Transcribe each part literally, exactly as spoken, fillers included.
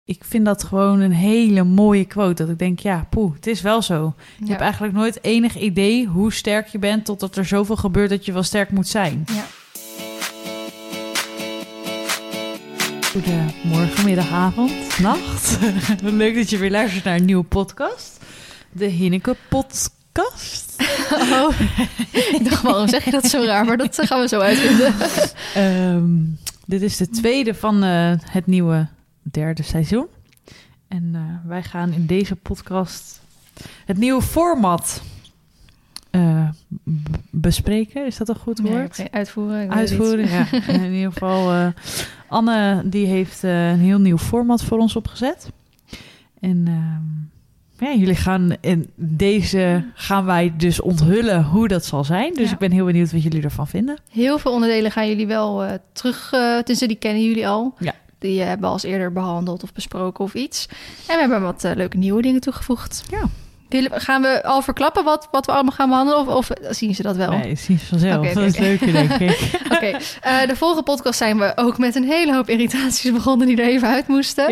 ik vind dat gewoon een hele mooie quote. Dat ik denk, ja, poeh, het is wel zo. Je Ja. hebt eigenlijk nooit enig idee hoe sterk je bent, totdat er zoveel gebeurt dat je wel sterk moet zijn. Ja. Goedemorgen, middag, avond, nacht. Leuk dat je weer luistert naar een nieuwe podcast. De Hinneke podcast. Oh, ik dacht, waarom zeg je dat zo raar? Maar dat gaan we zo uitvinden. Um, dit is de tweede van uh, het nieuwe derde seizoen. En uh, wij gaan in deze podcast het nieuwe format uh, b- bespreken. Is dat een goed woord? Nee, uitvoeren. Ik Uitvoeren, ja. In ieder geval, uh, Anne die heeft uh, een heel nieuw format voor ons opgezet. En uh, ja, jullie gaan in deze gaan wij dus onthullen hoe dat zal zijn. Dus ja. ik ben heel benieuwd wat jullie ervan vinden. Heel veel onderdelen gaan jullie wel uh, terug, uh, tussen die kennen jullie al. Ja. Die uh, hebben we al eens eerder behandeld of besproken of iets. En we hebben wat uh, leuke nieuwe dingen toegevoegd. Ja. Gaan we al verklappen wat, wat we allemaal gaan behandelen? Of, of zien ze dat wel? Nee, zien ze vanzelf. Okay, dat okay. is leuker, denk ik. Oké, okay. uh, de volgende podcast zijn we ook met een hele hoop irritaties begonnen die er even uit moesten.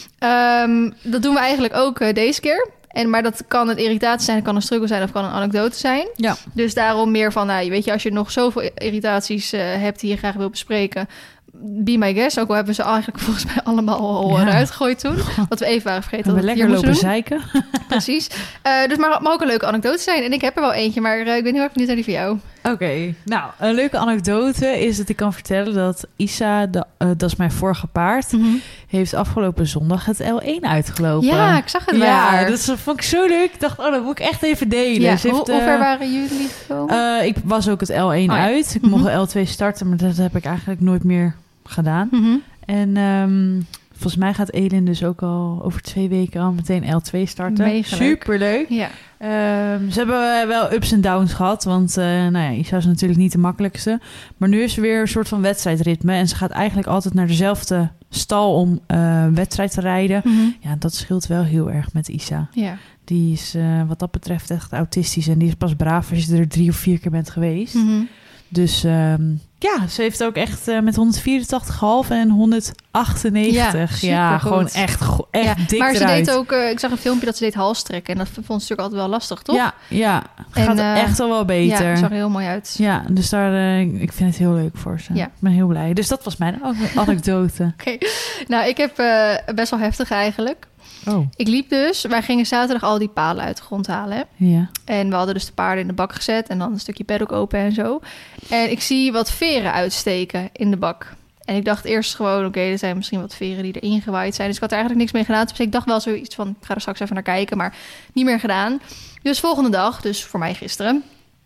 Ja. Um, dat doen we eigenlijk ook uh, deze keer. En, maar dat kan een irritatie zijn, kan een struggle zijn of kan een anekdote zijn. Ja. Dus daarom meer van, nou, weet je, als je nog zoveel irritaties uh, hebt die je graag wil bespreken, be my guest. Ook al hebben ze eigenlijk volgens mij allemaal al ja. eruit gegooid toen. Wat we even waren vergeten. We lekker lopen zeiken. Precies. Uh, dus maar het mag ook een leuke anekdote zijn. En ik heb er wel eentje, maar uh, ik ben heel erg benieuwd naar die van jou. Oké. Okay. Nou, een leuke anekdote is dat ik kan vertellen dat Isa, de, uh, dat is mijn vorige paard, mm-hmm. heeft afgelopen zondag het L één uitgelopen. Ja, ik zag het ja, waar. Dat vond ik zo leuk. Ik dacht, oh, dat moet ik echt even delen. Ja, Ze heeft, hoe, hoe ver waren jullie gekomen? Uh, ik was ook het L één oh, ja. uit. Ik mm-hmm. mocht L twee starten, maar dat heb ik eigenlijk nooit meer gedaan. Mm-hmm. En um, volgens mij gaat Elin dus ook al over twee weken al meteen L twee starten. Mega Superleuk. Ja. Um, ze hebben wel ups en downs gehad, want uh, nou ja, Isa is natuurlijk niet de makkelijkste. Maar nu is ze weer een soort van wedstrijdritme en ze gaat eigenlijk altijd naar dezelfde stal om uh, wedstrijd te rijden. Mm-hmm. Ja, dat scheelt wel heel erg met Isa. Ja. Die is uh, wat dat betreft echt autistisch en die is pas braaf als je er drie of vier keer bent geweest. Mm-hmm. Dus um, ja, ze heeft ook echt uh, met honderdvierentachtig komma vijf en honderdachtennegentig. Ja, ja gewoon echt, echt ja, dik maar eruit. Ze deed ook, uh, ik zag een filmpje dat ze deed halstrekken. En dat vond ze natuurlijk altijd wel lastig, toch? Ja, ja. Gaat en, uh, echt al wel beter. Ja, het zag er heel mooi uit. Ja, dus daar, uh, ik vind het heel leuk voor ze. Ja. Ik ben heel blij. Dus dat was mijn anekdote. Oké, okay. Nou, ik heb uh, best wel heftig eigenlijk. Oh. Ik liep dus, wij gingen zaterdag al die palen uit de grond halen. Hè? Ja. En we hadden dus de paarden in de bak gezet en dan een stukje paddock open en zo. En ik zie wat veren uitsteken in de bak. En ik dacht eerst gewoon, oké, okay, er zijn misschien wat veren die erin gewaaid zijn. Dus ik had er eigenlijk niks mee gedaan. Dus ik dacht wel zoiets van, ik ga er straks even naar kijken, maar niet meer gedaan. Dus volgende dag, dus voor mij gisteren,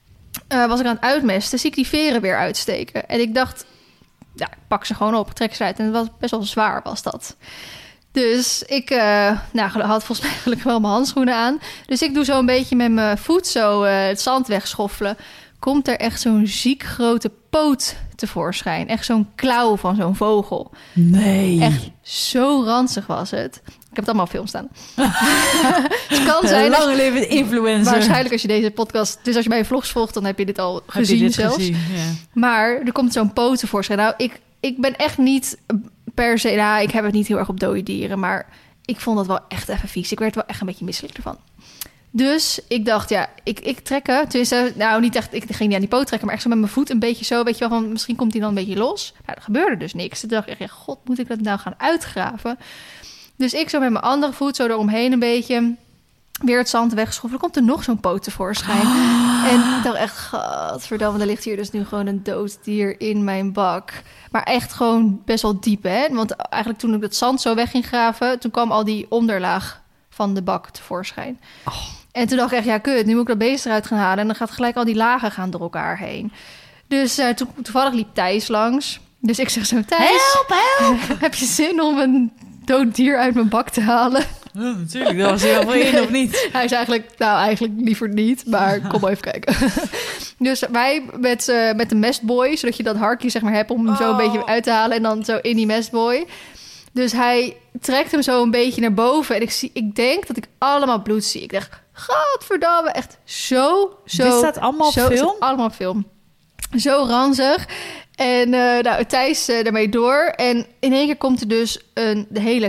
uh, was ik aan het uitmesten, zie ik die veren weer uitsteken. En ik dacht, ja, ik pak ze gewoon op, trek ze uit. En het was best wel zwaar, was dat. Dus ik uh, nou, had volgens mij eigenlijk wel mijn handschoenen aan. Dus ik doe zo een beetje met mijn voet zo uh, het zand wegschoffelen. Komt er echt zo'n ziek grote poot tevoorschijn. Echt zo'n klauw van zo'n vogel. Nee. Echt zo ranzig was het. Ik heb het allemaal op film staan. Het kan zijn. Lange leven influencer. Waarschijnlijk als je deze podcast... Dus als je mijn vlogs volgt, dan heb je dit al heb gezien je dit zelfs. Gezien, ja. Maar er komt zo'n poot tevoorschijn. Nou, ik, ik ben echt niet... per se, nou, ik heb het niet heel erg op dode dieren, maar ik vond dat wel echt even vies. Ik werd wel echt een beetje misselijk ervan. Dus ik dacht, ja, ik, ik trekken. Tenminste, nou, niet echt, ik ging niet aan die poot trekken, maar echt zo met mijn voet een beetje zo, weet je wel, van misschien komt hij dan een beetje los. Maar er gebeurde dus niks. Toen dacht ik, ja, god, moet ik dat nou gaan uitgraven? Dus ik zo met mijn andere voet zo eromheen een beetje, weer het zand weggeschoffeld. Dan komt er nog zo'n poot tevoorschijn. Oh. En ik dacht echt, godverdamme, er ligt hier dus nu gewoon een dood dier in mijn bak. Maar echt gewoon best wel diep, hè? Want eigenlijk toen ik dat zand zo weg ging graven, toen kwam al die onderlaag van de bak tevoorschijn. Oh. En toen dacht ik echt, ja, kut, nu moet ik dat beest eruit gaan halen. En dan gaat gelijk al die lagen gaan door elkaar heen. Dus uh, to- toevallig liep Thijs langs. Dus ik zeg zo, Thijs, help, help! Heb je zin om een dood dier uit mijn bak te halen? Ja, natuurlijk, dat was hij al in of niet? Hij is eigenlijk, nou eigenlijk liever niet, maar kom maar even kijken. Dus wij met, uh, met de mestboy, zodat je dat harkje zeg maar hebt om hem oh. zo een beetje uit te halen en dan zo in die mestboy. Dus hij trekt hem zo een beetje naar boven en ik, zie, ik denk dat ik allemaal bloed zie. Ik dacht, godverdamme, echt zo, zo. Dit staat allemaal op zo, film? Staat allemaal op film. Zo ranzig. En uh, nou, Thijs uh, daarmee door. En in één keer komt er dus een de hele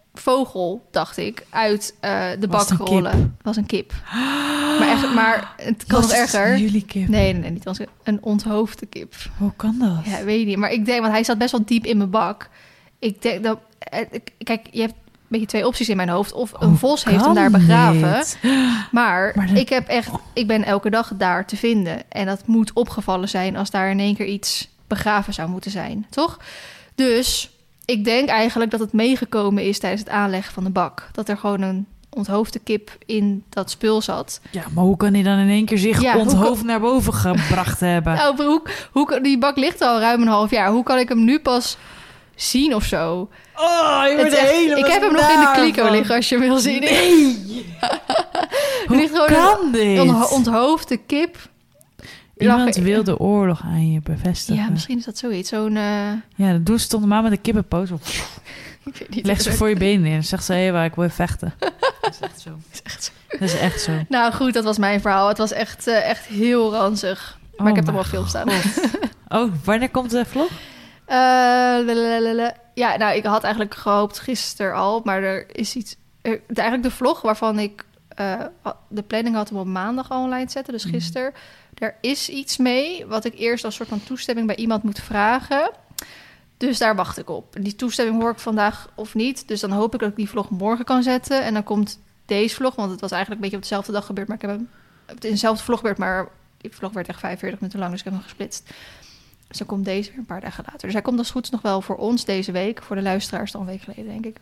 vogel, dacht ik, uit uh, de Was bak het een rollen. kip? Was een kip. Maar, echt, maar het kan Was nog het erger. jullie kip? Nee, nee, nee, niet als een onthoofde kip. Hoe kan dat? Ja, weet ik niet. Maar ik denk, want hij zat best wel diep in mijn bak. Ik denk dat... eh, Kijk, je hebt een beetje twee opties in mijn hoofd. Of een Hoe vos heeft hem kan daar begraven. dit? Maar, Maar dat- ik heb echt... Ik ben elke dag daar te vinden. En dat moet opgevallen zijn als daar in één keer iets begraven zou moeten zijn. Toch? Dus ik denk eigenlijk dat het meegekomen is tijdens het aanleggen van de bak. Dat er gewoon een onthoofde kip in dat spul zat. Ja, maar hoe kan hij dan in één keer zich Ja, hoe onthoofd kan- naar boven gebracht hebben? Nou, maar hoe, hoe, kan- die bak ligt al ruim een half jaar. Hoe kan ik hem nu pas zien of zo? Oh, je Het wordt is echt- helemaal ik heb hem nog in de naar kliko van. liggen als je hem wil zien. Nee! Er Hoe ligt gewoon kan dit? een ontho- onthoofde kip. Iemand lag- wil de oorlog aan je bevestigen. Ja, misschien is dat zoiets. Zo'n... eh, Ja, dat doen ze toch normaal met een kippenpoot. ik weet niet. Leg ze voor je benen neer en zegt ze, hé, waar ik wil je vechten. Dat is echt zo. is echt zo. Dat is echt zo. Nou goed, dat was mijn verhaal. Het was echt, eh, echt heel ranzig. Maar Oh ik heb er mijn wel film staan. Oh, wanneer komt de vlog? Eh, lalalala. Ja, nou, ik had eigenlijk gehoopt gisteren al, maar er is iets... Er, eigenlijk de vlog waarvan ik uh, de planning had om op maandag al online te zetten, dus gisteren. Er is iets mee wat ik eerst als soort van toestemming bij iemand moet vragen. Dus daar wacht ik op. Die toestemming hoor ik vandaag of niet. Dus dan hoop ik dat ik die vlog morgen kan zetten. En dan komt deze vlog, want het was eigenlijk een beetje op dezelfde dag gebeurd, maar ik heb hem het in dezelfde vlog gebeurd, maar die vlog werd echt vijfenveertig minuten lang, dus ik heb hem gesplitst. Dus dan komt deze weer een paar dagen later. Dus hij komt als goed is nog wel voor ons deze week. Voor de luisteraars dan een week geleden, denk ik.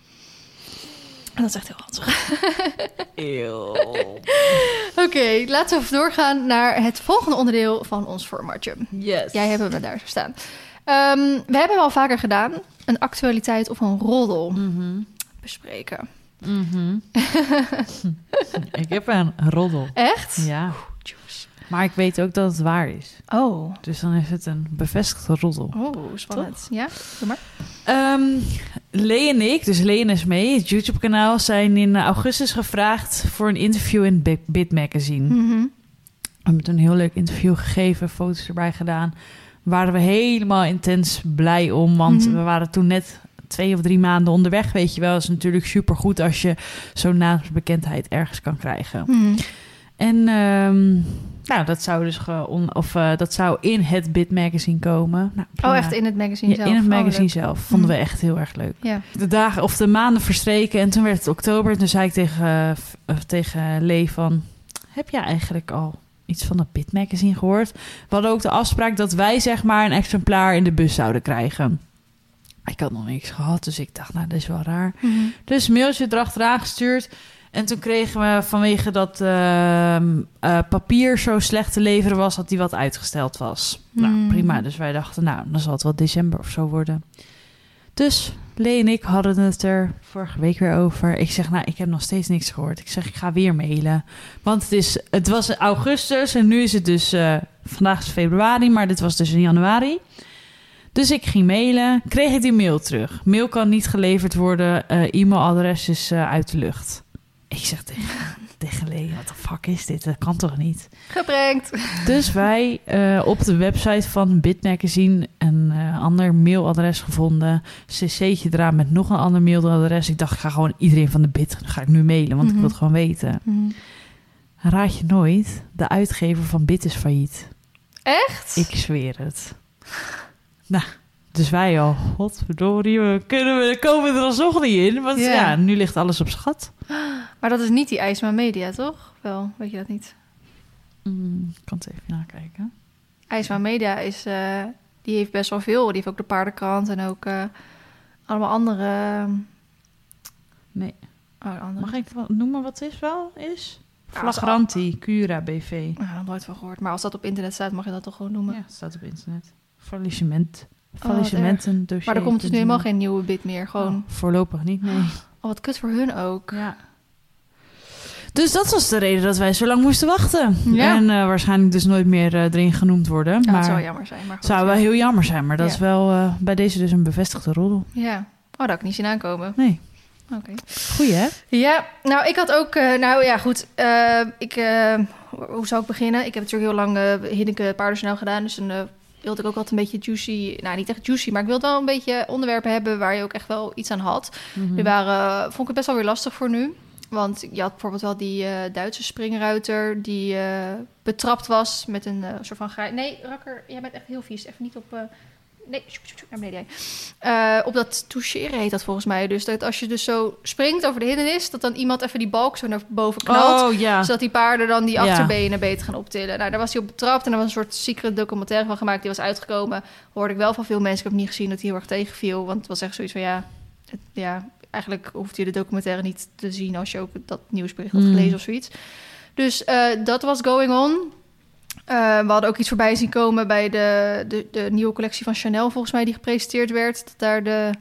En dat is echt heel handig. Eeuw. Oké, okay, laten we even doorgaan naar het volgende onderdeel van ons formatje. Yes. Jij hebt me daar zo staan. Um, we hebben wel vaker gedaan een actualiteit of een roddel Mm-hmm. bespreken. Mm-hmm. Ik heb een roddel. Echt? Ja. Maar ik weet ook dat het waar is. Oh. Dus dan is het een bevestigde roddel. Oh, spannend. Ja, doe maar. Um, Lee en ik, dus Lee en Esmee, het YouTube-kanaal, zijn in augustus gevraagd voor een interview in Bit, Bit Magazine. Mm-hmm. We hebben toen een heel leuk interview gegeven, foto's erbij gedaan. Waren we helemaal intens blij om, want Mm-hmm. we waren toen net twee of drie maanden onderweg, weet je wel. Het is natuurlijk supergoed als je zo'n naamsbekendheid ergens kan krijgen. Mm-hmm. En um, nou, dat zou dus ge- on, of uh, dat zou in het Bit Magazine komen. Nou, Oh, echt in het magazine ja, zelf? in het Oh, magazine leuk. zelf. Vonden Mm. we echt heel erg leuk. Ja. De dagen of de maanden verstreken en toen werd het oktober. Toen zei ik tegen, uh, f- uh, tegen Lee van, heb jij eigenlijk al iets van dat Bit Magazine gehoord? We hadden ook de afspraak dat wij zeg maar een exemplaar in de bus zouden krijgen. Ik had nog niks gehad, dus ik dacht, nou, dat is wel raar. Mm-hmm. Dus een mailtje erachteraan gestuurd. En toen kregen we vanwege dat uh, uh, papier zo slecht te leveren was, dat die wat uitgesteld was. Mm. Nou, prima. Dus wij dachten, nou, dan zal het wel december of zo worden. Dus Lee en ik hadden het er vorige week weer over. Ik zeg, nou, ik heb nog steeds niks gehoord. Ik zeg, ik ga weer mailen. Want het, is, het was augustus en nu is het dus... Uh, vandaag is februari, maar dit was dus in januari. Dus ik ging mailen, kreeg ik die mail terug. Mail kan niet geleverd worden, uh, e-mailadres is uh, uit de lucht. Ik zeg tegen, tegen Lee, wat de fuck is dit? Dat kan toch niet? Geprankt. Dus wij uh, op de website van Bit Magazine een uh, ander mailadres gevonden. cc'tje eraan met nog een ander mailadres. Ik dacht, ik ga gewoon iedereen van de Bit, ga ik nu mailen, want mm-hmm. ik wil het gewoon weten. Mm-hmm. Raad je nooit, de uitgever van Bit is failliet. Echt? Ik zweer het. Nou, dus wij al, godverdorie, we kunnen we komen er alsnog niet in. Want yeah. ja, nu ligt alles op schat. Maar dat is niet die IJsma Media, toch? Wel, weet je dat niet? Mm, ik kan het even nakijken. IJsma Media is, uh, die heeft best wel veel. Die heeft ook de paardenkrant en ook uh, allemaal andere... Nee. Oh, andere. Mag ik noemen wat het is wel is? Flagranti, Cura B V. Ik heb er nooit van gehoord. Maar als dat op internet staat, mag je dat toch gewoon noemen? Ja, het staat op internet. Faillissement. Faillissementen dossier. Maar er komt dus nu helemaal geen nieuwe bit meer. Gewoon... Oh, voorlopig niet, nee. Oh, wat kut voor hun ook. Ja. Dus dat was de reden dat wij zo lang moesten wachten. Ja. En uh, waarschijnlijk dus nooit meer uh, erin genoemd worden. Ja, maar het zou jammer zijn. Maar goed, zou wel ja. heel jammer zijn. Maar dat ja. is wel uh, bij deze dus een bevestigde roddel. Ja. Oh, dat had ik niet zien aankomen. Nee. Oké. Okay. Goeie, hè? Ja, nou, ik had ook... Uh, nou ja, goed. Uh, ik, uh, hoe zou ik beginnen? Ik heb natuurlijk heel lang uh, Hiddeke Paardensnel gedaan. Dus een uh, wilde ik ook altijd een beetje juicy... Nou, niet echt juicy, maar ik wilde wel een beetje onderwerpen hebben... waar je ook echt wel iets aan had. Mm-hmm. Die waren, vond ik het best wel weer lastig voor nu. Want je had bijvoorbeeld wel die uh, Duitse springruiter... die uh, betrapt was met een uh, soort van... Gra- nee, Rakker, jij bent echt heel vies. Even niet op... Uh, nee, naar beneden. Uh, op dat toucheren heet dat volgens mij. Dus dat als je dus zo springt over de hindernis... dat dan iemand even die balk zo naar boven knalt... Oh, ja. zodat die paarden dan die Ja. achterbenen beter gaan optillen. Nou, daar was hij op betrapt en er was een soort secret documentaire van gemaakt. Die was uitgekomen. Hoorde ik wel van veel mensen. Ik heb niet gezien dat hij heel erg tegenviel. Want het was echt zoiets van ja... Het, ja, eigenlijk hoeft je de documentaire niet te zien... als je ook dat nieuwsbericht had gelezen mm. of zoiets. Dus uh, dat was going on... Uh, we hadden ook iets voorbij zien komen bij de, de, de nieuwe collectie van Chanel... volgens mij, die gepresenteerd werd. Dat daar de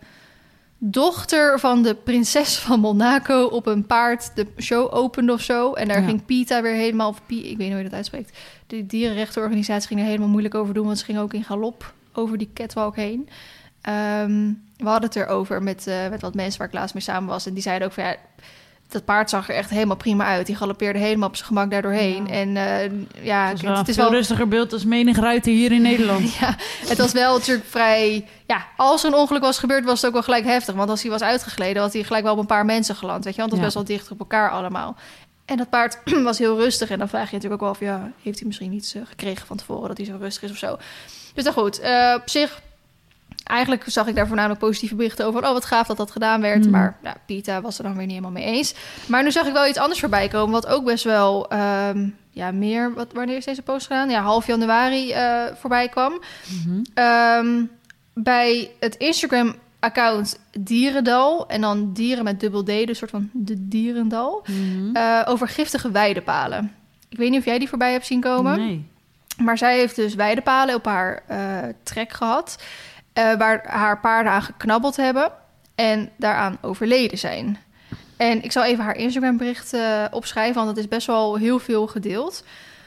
dochter van de prinses van Monaco... op een paard de show opende of zo. En daar ja. ging PETA weer helemaal... Of P, ik weet niet hoe je dat uitspreekt. De dierenrechtenorganisatie ging er helemaal moeilijk over doen... want ze ging ook in galop over die catwalk heen. Um, we hadden het erover met, uh, met wat mensen waar ik laatst mee samen was... en die zeiden ook van... ja, dat paard zag er echt helemaal prima uit. Die galoppeerde helemaal op zijn gemak daardoorheen. Ja. En uh, ja, het is wel het, het is veel wel rustiger beeld als menig ruiter hier in Nederland. Ja, het was wel natuurlijk vrij... Ja, als er een ongeluk was gebeurd, was het ook wel gelijk heftig. Want als hij was uitgegleden, had hij gelijk wel op een paar mensen geland. Weet je, want het was ja. best wel dicht op elkaar allemaal. En dat paard was heel rustig. En dan vraag je natuurlijk ook wel of... ja, heeft hij misschien iets uh, gekregen van tevoren... dat hij zo rustig is of zo. Dus dan goed, uh, op zich... Eigenlijk zag ik daar voornamelijk positieve berichten over. Oh, wat gaaf dat dat gedaan werd. Mm. Maar ja, PETA was er dan weer niet helemaal mee eens. Maar nu zag ik wel iets anders voorbij komen. Wat ook best wel um, ja, meer... Wat, wanneer is deze post gedaan? Ja, half januari uh, voorbij kwam. Mm-hmm. Um, bij het Instagram-account Dierendal. En dan dieren met dubbel D. Dus een soort van de Dierendal. Mm-hmm. Uh, over giftige weidepalen. Ik weet niet of jij die voorbij hebt zien komen. Nee. Maar zij heeft dus weidepalen op haar uh, trek gehad... Uh, waar haar paarden aan geknabbeld hebben en daaraan overleden zijn. En ik zal even haar Instagram-bericht uh, opschrijven, want dat is best wel heel veel gedeeld.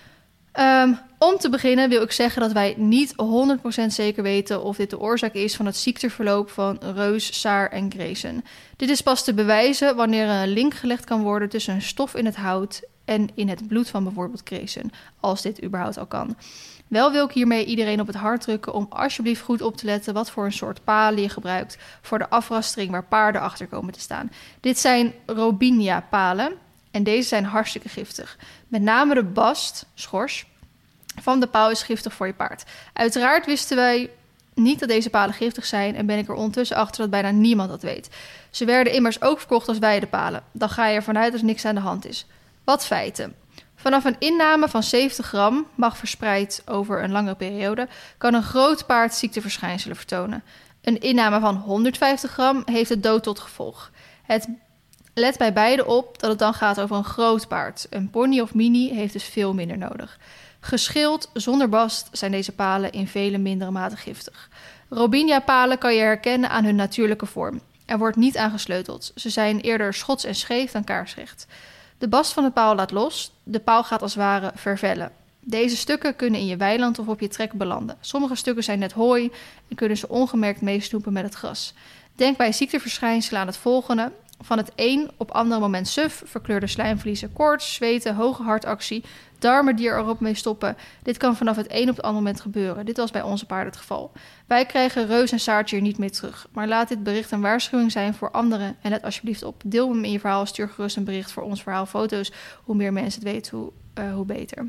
Um, om te beginnen wil ik zeggen dat wij niet honderd procent zeker weten... of dit de oorzaak is van het ziekteverloop van Reus, Saar en Grayson. Dit is pas te bewijzen wanneer er een link gelegd kan worden... tussen een stof in het hout en in het bloed van bijvoorbeeld Grayson. Als dit überhaupt al kan. Wel wil ik hiermee iedereen op het hart drukken om alsjeblieft goed op te letten wat voor een soort palen je gebruikt voor de afrastering waar paarden achter komen te staan. Dit zijn Robinia-palen en deze zijn hartstikke giftig. Met name de bast, schors, van de paal is giftig voor je paard. Uiteraard wisten wij niet dat deze palen giftig zijn en ben ik er ondertussen achter dat bijna niemand dat weet. Ze werden immers ook verkocht als weidepalen. Dan ga je ervan uit dat er niks aan de hand is. Wat feiten? Vanaf een inname van zeventig gram, mag verspreid over een langere periode, kan een groot paard ziekteverschijnselen vertonen. Een inname van honderdvijftig gram heeft de dood tot gevolg. Het let bij beide op dat het dan gaat over een groot paard. Een pony of mini heeft dus veel minder nodig. Geschild, zonder bast, zijn deze palen in vele mindere mate giftig. Robinia-palen kan je herkennen aan hun natuurlijke vorm. Er wordt niet aan gesleuteld. Ze zijn eerder schots en scheef dan kaarsrecht. De bast van de paal laat los. De paal gaat als het ware vervellen. Deze stukken kunnen in je weiland of op je trek belanden. Sommige stukken zijn net hooi en kunnen ze ongemerkt meesnoepen met het gras. Denk bij ziekteverschijnselen aan het volgende. Van het een op andere moment suf, verkleurde slijmvliezen, koorts, zweten, hoge hartactie, darmen die er erop mee stoppen. Dit kan vanaf het een op het andere moment gebeuren. Dit was bij onze paarden het geval. Wij krijgen Reus en Saartje er niet meer terug. Maar laat dit bericht een waarschuwing zijn voor anderen. En let alsjeblieft op. Deel hem in je verhaal. Stuur gerust een bericht voor ons verhaal. Foto's. Hoe meer mensen het weten, hoe, uh, hoe beter.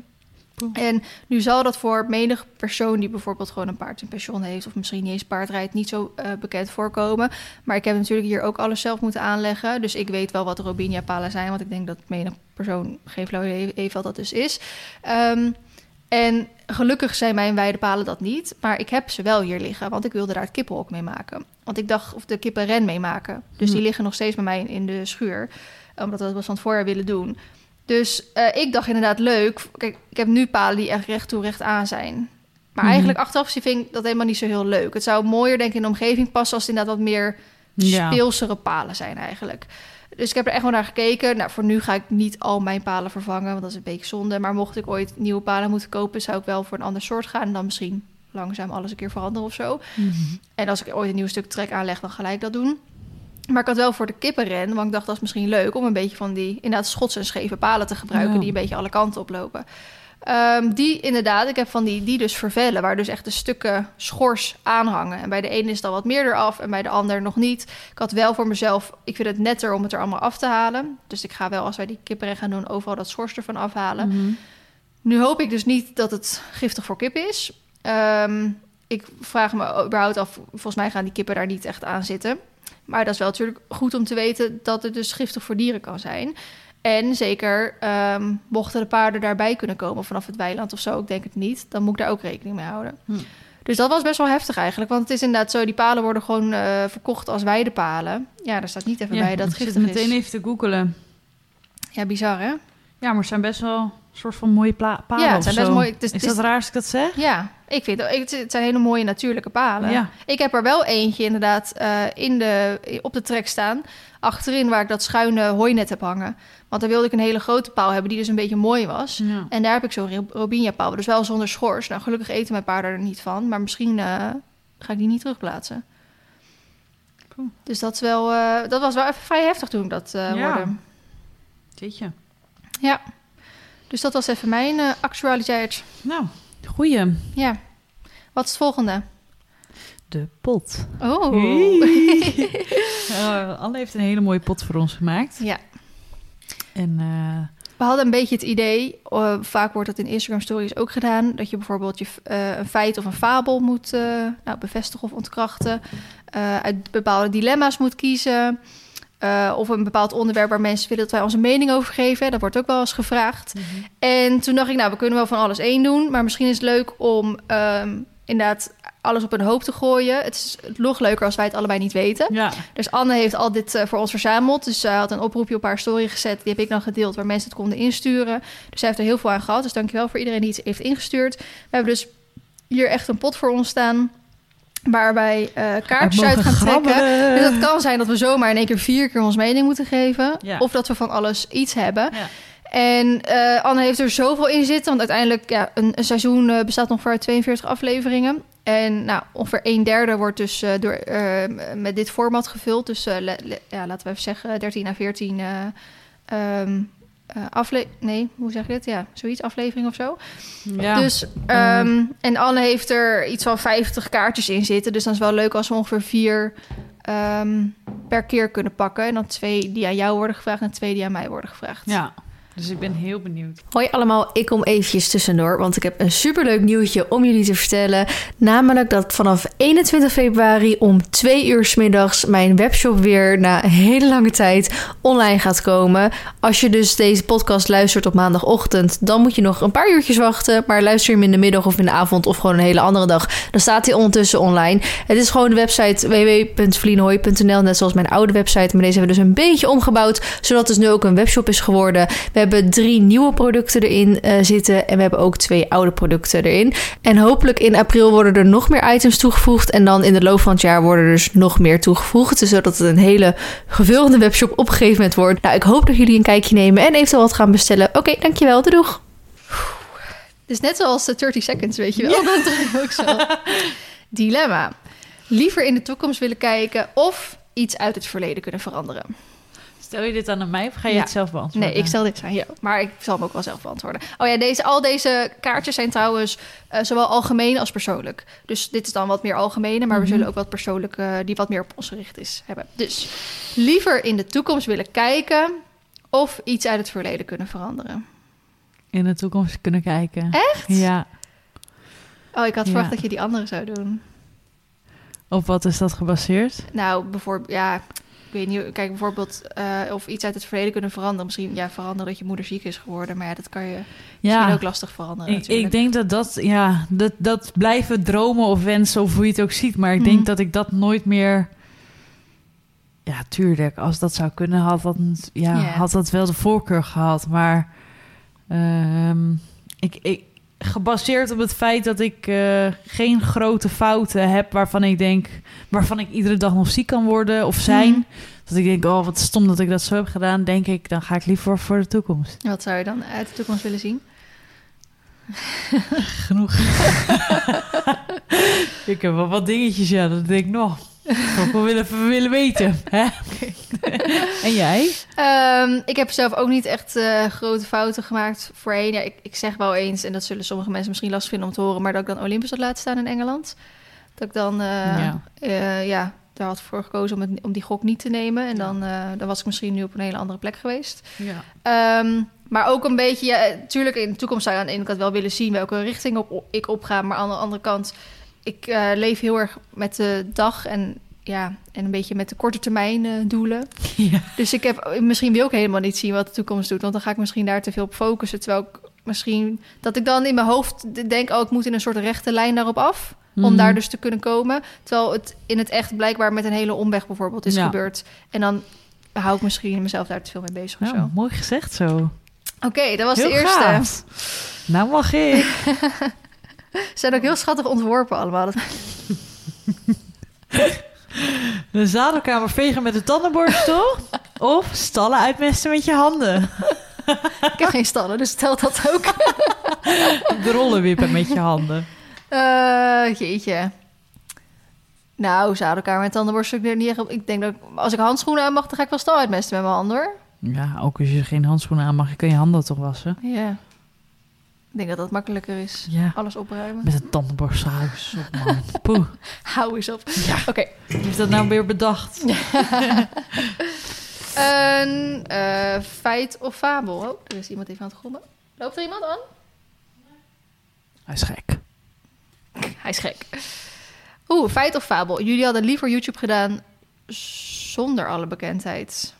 En nu zal dat voor menig persoon die bijvoorbeeld gewoon een paard in pension heeft... of misschien niet eens paard rijdt, niet zo uh, bekend voorkomen. Maar ik heb natuurlijk hier ook alles zelf moeten aanleggen. Dus ik weet wel wat Robinia-palen zijn... want ik denk dat menig persoon geen flauw idee heeft wat dat dus is. Um, en gelukkig zijn mijn weidepalen dat niet. Maar ik heb ze wel hier liggen, want ik wilde daar het kippenhok mee maken. Want ik dacht, of de kippenren mee maken. Dus hm. die liggen nog steeds bij mij in de schuur. Omdat we dat van het voorjaar willen doen... Dus uh, ik dacht inderdaad leuk. Kijk, ik heb nu palen die echt recht toe recht aan zijn. Maar mm-hmm. eigenlijk achteraf vind ik dat helemaal niet zo heel leuk. Het zou mooier denk ik in de omgeving passen... als het inderdaad wat meer ja. speelsere palen zijn eigenlijk. Dus ik heb er echt wel naar gekeken. Nou, voor nu ga ik niet al mijn palen vervangen... want dat is een beetje zonde. Maar mocht ik ooit nieuwe palen moeten kopen... zou ik wel voor een ander soort gaan... en dan misschien langzaam alles een keer veranderen of zo. Mm-hmm. En als ik ooit een nieuw stuk trek aanleg... dan ga ik dat doen. Maar ik had wel voor de kippenren, want ik dacht dat is misschien leuk... om een beetje van die inderdaad Schotse en scheve palen te gebruiken... Ja. die een beetje alle kanten oplopen. Um, die inderdaad, ik heb van die, die dus vervellen, waar dus echt de stukken schors aan hangen. En bij de ene is het al wat meer eraf en bij de ander nog niet. Ik had wel voor mezelf, ik vind het netter om het er allemaal af te halen. Dus ik ga wel, als wij die kippenreg gaan doen, overal dat schors ervan afhalen. Mm-hmm. Nu hoop ik dus niet dat het giftig voor kip is. Um, ik vraag me überhaupt af, volgens mij gaan die kippen daar niet echt aan zitten. Maar dat is wel natuurlijk goed om te weten dat het dus giftig voor dieren kan zijn. En zeker, um, mochten de paarden daarbij kunnen komen vanaf het weiland of zo, ik denk het niet, dan moet ik daar ook rekening mee houden. Hm. Dus dat was best wel heftig eigenlijk, want het is inderdaad zo, die palen worden gewoon uh, verkocht als weidepalen. Ja, daar staat niet even ja, bij dat het giftig is. is. Meteen even te googelen. Ja, bizar hè? Ja, maar het zijn best wel een soort van mooie pla- palen. Ja, het zijn best zo. mooi. Het is, is het dat is, raar als ik dat zeg? Ja, ik vind het, het zijn hele mooie natuurlijke palen. Ja. Ik heb er wel eentje inderdaad uh, in de, op de trek staan, achterin waar ik dat schuine hooinet heb hangen. Want daar wilde ik een hele grote paal hebben die dus een beetje mooi was. Ja. En daar heb ik zo'n Robinia-paal, dus wel zonder schors. Nou, gelukkig eten mijn paarden er niet van, maar misschien uh, ga ik die niet terugplaatsen. Cool. Dus dat, is wel, uh, dat was wel even vrij heftig toen ik dat uh, ja. hoorde. Jeetje. Ja, dus dat was even mijn uh, actualiteit. Nou, goeie. Ja. Wat is het volgende? De pot. Oh. uh, Anne heeft een hele mooie pot voor ons gemaakt. Ja. En uh, we hadden een beetje het idee, uh, vaak wordt dat in Instagram stories ook gedaan, dat je bijvoorbeeld je, uh, een feit of een fabel moet uh, nou, bevestigen of ontkrachten, uh, uit bepaalde dilemma's moet kiezen, uh, of een bepaald onderwerp waar mensen willen dat wij onze mening over geven. Dat wordt ook wel eens gevraagd. Mm-hmm. En toen dacht ik, nou, we kunnen wel van alles één doen, maar misschien is het leuk om um, inderdaad alles op een hoop te gooien. Het is nog leuker als wij het allebei niet weten. Ja. Dus Anne heeft al dit uh, voor ons verzameld. Dus zij had een oproepje op haar story gezet. Die heb ik dan gedeeld waar mensen het konden insturen. Dus zij heeft er heel veel aan gehad. Dus dankjewel voor iedereen die het heeft ingestuurd. We hebben dus hier echt een pot voor ons staan waar wij uh, kaartjes uit gaan grabbelen. trekken. Dus dat kan zijn dat we zomaar in één keer vier keer ons mening moeten geven. Ja. Of dat we van alles iets hebben. Ja. En uh, Anne heeft er zoveel in zitten. Want uiteindelijk, ja, een, een seizoen uh, bestaat nog voor tweeënveertig afleveringen. En nou, ongeveer een derde wordt dus uh, door, uh, met dit format gevuld. Dus uh, le, le, ja, laten we even zeggen dertien à veertien uh, um, uh, afleveringen. Nee, hoe zeg je dit? Ja, zoiets, aflevering of zo. Ja. Dus, um, en Anne heeft er iets van vijftig kaartjes in zitten. Dus dan is het wel leuk als we ongeveer vier um, per keer kunnen pakken. En dan twee die aan jou worden gevraagd en twee die aan mij worden gevraagd. Ja. Dus ik ben heel benieuwd. Hoi allemaal, ik kom eventjes tussendoor, want ik heb een superleuk nieuwtje om jullie te vertellen. Namelijk dat vanaf eenentwintig februari om twee uur 's middags mijn webshop weer na een hele lange tijd online gaat komen. Als je dus deze podcast luistert op maandagochtend, dan moet je nog een paar uurtjes wachten. Maar luister je hem in de middag of in de avond of gewoon een hele andere dag, dan staat hij ondertussen online. Het is gewoon de website w w w punt vlienhooi punt n l, net zoals mijn oude website. Maar deze hebben we dus een beetje omgebouwd, zodat het dus nu ook een webshop is geworden. We We hebben drie nieuwe producten erin uh, zitten en we hebben ook twee oude producten erin. En hopelijk in april worden er nog meer items toegevoegd en dan in de loop van het jaar worden er dus nog meer toegevoegd. Dus zodat het een hele gevulde webshop op een gegeven moment wordt. Nou, ik hoop dat jullie een kijkje nemen en eventueel wat gaan bestellen. Oké, okay, dankjewel. Doei doeg. Dus net zoals de dertig seconds, weet je wel. Ja. Dat doe ik ook zo. Dilemma. Liever in de toekomst willen kijken of iets uit het verleden kunnen veranderen. Stel je dit dan aan mij of ga je ja. het zelf beantwoorden? Nee, ik stel dit aan jou. Maar ik zal hem ook wel zelf beantwoorden. Oh ja, deze, al deze kaartjes zijn trouwens uh, zowel algemeen als persoonlijk. Dus dit is dan wat meer algemene, maar mm-hmm. we zullen ook wat persoonlijk uh, die wat meer op ons gericht is hebben. Dus liever in de toekomst willen kijken of iets uit het verleden kunnen veranderen. In de toekomst kunnen kijken. Echt? Ja. Oh, ik had verwacht ja. dat je die andere zou doen. Op wat is dat gebaseerd? Nou, bijvoorbeeld, ja... Ik weet niet, kijk bijvoorbeeld uh, of iets uit het verleden kunnen veranderen. Misschien ja, veranderen dat je moeder ziek is geworden. Maar ja, dat kan je ja, misschien ook lastig veranderen. Ik, ik denk dat dat, ja, dat, dat blijven dromen of wensen of hoe je het ook ziet. Maar ik mm. denk dat ik dat nooit meer... Ja, tuurlijk, als dat zou kunnen, had dat, ja, yeah. had dat wel de voorkeur gehad. Maar um, ik, ik, gebaseerd op het feit dat ik uh, geen grote fouten heb waarvan ik denk, waarvan ik iedere dag nog ziek kan worden of zijn. Mm. Dat ik denk, oh, wat stom dat ik dat zo heb gedaan. Denk ik, dan ga ik liever voor de toekomst. Wat zou je dan uit de toekomst willen zien? Genoeg. Ik heb wel wat dingetjes, ja, dat denk ik nog. Ik wil willen, willen weten. Hè? En jij? Um, ik heb zelf ook niet echt uh, grote fouten gemaakt voorheen. Ja, ik, ik zeg wel eens, en dat zullen sommige mensen misschien lastig vinden om te horen, maar dat ik dan Olympus had laten staan in Engeland. Dat ik dan uh, ja. Uh, ja, daar had voor gekozen om, het, om die gok niet te nemen. En ja. dan, uh, dan was ik misschien nu op een hele andere plek geweest. Ja. Um, maar ook een beetje, ja, natuurlijk in de toekomst zou je aan de ene kant wel willen zien welke richting op, ik opga. Maar aan de andere kant, ik uh, leef heel erg met de dag en... Ja, en een beetje met de korte termijn uh, doelen. Ja. Dus ik heb misschien wil ik helemaal niet zien wat de toekomst doet. Want dan ga ik misschien daar te veel op focussen. Terwijl ik misschien... Dat ik dan in mijn hoofd denk... Oh, ik moet in een soort rechte lijn daarop af. Mm. Om daar dus te kunnen komen. Terwijl het in het echt blijkbaar met een hele omweg bijvoorbeeld is ja. gebeurd. En dan hou ik misschien mezelf daar te veel mee bezig of ja, zo. Mooi gezegd zo. Oké, okay, dat was heel de eerste. Gaaf. Nou mag ik. Ze zijn ook heel schattig ontworpen allemaal. De zadelkamer vegen met de tandenborstel of stallen uitmesten met je handen. Ik heb geen stallen, dus telt dat ook. De rollen wippen met je handen. Uh, jeetje. Nou, zadelkamer met tandenborstel. Ik, niet echt, ik denk dat ik, als ik handschoenen aan mag, dan ga ik wel stal uitmesten met mijn handen, hoor. Ja, ook als je geen handschoenen aan mag, je kan je handen toch wassen? Ja. Ik denk dat dat makkelijker is. Ja. Alles opruimen. Met een tandenborstel. Hou eens op, man. Poeh. Hou eens op. Ja. Oké. Okay. Wie heeft dat nou weer bedacht? Een uh, feit of fabel. Oh, er is iemand even aan het grommen. Loopt er iemand aan? Hij is gek. Hij is gek. Oeh, feit of fabel. Jullie hadden liever YouTube gedaan zonder alle bekendheid.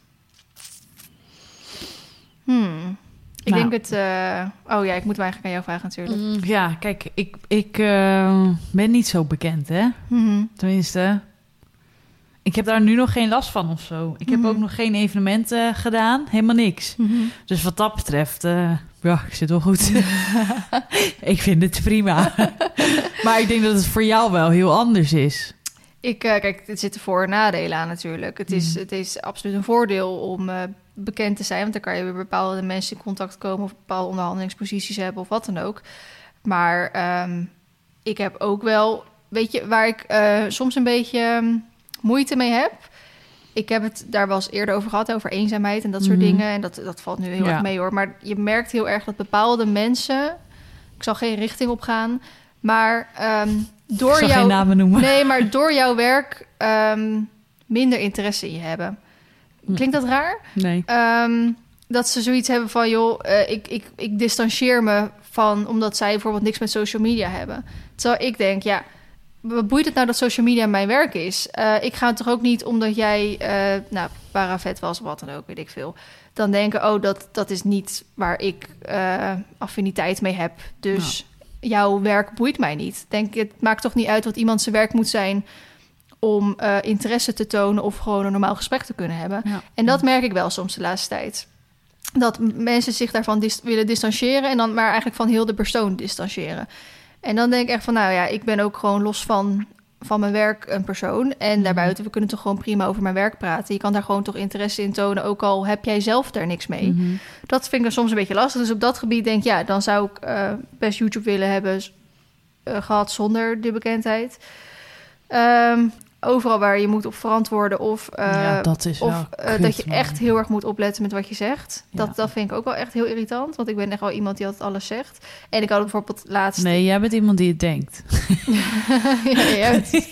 Hmm... Ik nou. denk het... Uh... Oh ja, ik moet hem eigenlijk aan jou vragen natuurlijk. Mm, ja, kijk, ik, ik uh, ben niet zo bekend, hè? Mm-hmm. Tenminste, ik heb daar nu nog geen last van of zo. Ik mm-hmm. heb ook nog geen evenementen gedaan. Helemaal niks. Mm-hmm. Dus wat dat betreft, uh, ja, ik zit wel goed. Ik vind het prima. Maar ik denk dat het voor jou wel heel anders is. Ik, uh, kijk, het zitten voor- en nadelen aan natuurlijk. Het is, mm. het is absoluut een voordeel om uh, bekend te zijn. Want dan kan je weer bepaalde mensen in contact komen... of bepaalde onderhandelingsposities hebben of wat dan ook. Maar um, ik heb ook wel... Weet je, waar ik uh, soms een beetje um, moeite mee heb... Ik heb het daar wel eens eerder over gehad, over eenzaamheid en dat soort mm. dingen. En dat, dat valt nu heel ja. erg mee, hoor. Maar je merkt heel erg dat bepaalde mensen... Ik zal geen richting op gaan, maar... Um, door ik zal jou, geen namen noemen. Nee, maar door jouw werk um, minder interesse in je hebben. Klinkt dat raar? Nee. Um, dat ze zoiets hebben van, joh, uh, ik, ik, ik distancieer me van... omdat zij bijvoorbeeld niks met social media hebben. Terwijl ik denk, ja, wat boeit het nou dat social media mijn werk is? Uh, ik ga het toch ook niet omdat jij, uh, nou, paravet was of wat dan ook, weet ik veel... dan denken, oh, dat, dat is niet waar ik uh, affiniteit mee heb. Dus... Nou. Jouw werk boeit mij niet. Denk, het maakt toch niet uit wat iemand zijn werk moet zijn... om uh, interesse te tonen of gewoon een normaal gesprek te kunnen hebben. Ja. En dat merk ik wel soms de laatste tijd. Dat mensen zich daarvan dis- willen distancieren... en dan maar eigenlijk van heel de persoon distancieren. En dan denk ik echt van, nou ja, ik ben ook gewoon los van... van mijn werk een persoon. En mm. daarbuiten, we kunnen toch gewoon prima over mijn werk praten. Je kan daar gewoon toch interesse in tonen... ook al heb jij zelf daar niks mee. Mm-hmm. Dat vind ik dan soms een beetje lastig. Dus op dat gebied denk ik, ja, dan zou ik uh, best YouTube willen hebben... Uh, gehad zonder de bekendheid. Um, overal waar je moet op verantwoorden... of, uh, ja, dat, is of wel uh, kut, dat je man. echt heel erg moet opletten met wat je zegt. Ja. Dat, dat vind ik ook wel echt heel irritant. Want ik ben echt wel iemand die altijd alles zegt. En ik had bijvoorbeeld laatst... Nee, jij bent iemand die het denkt. ja, ja.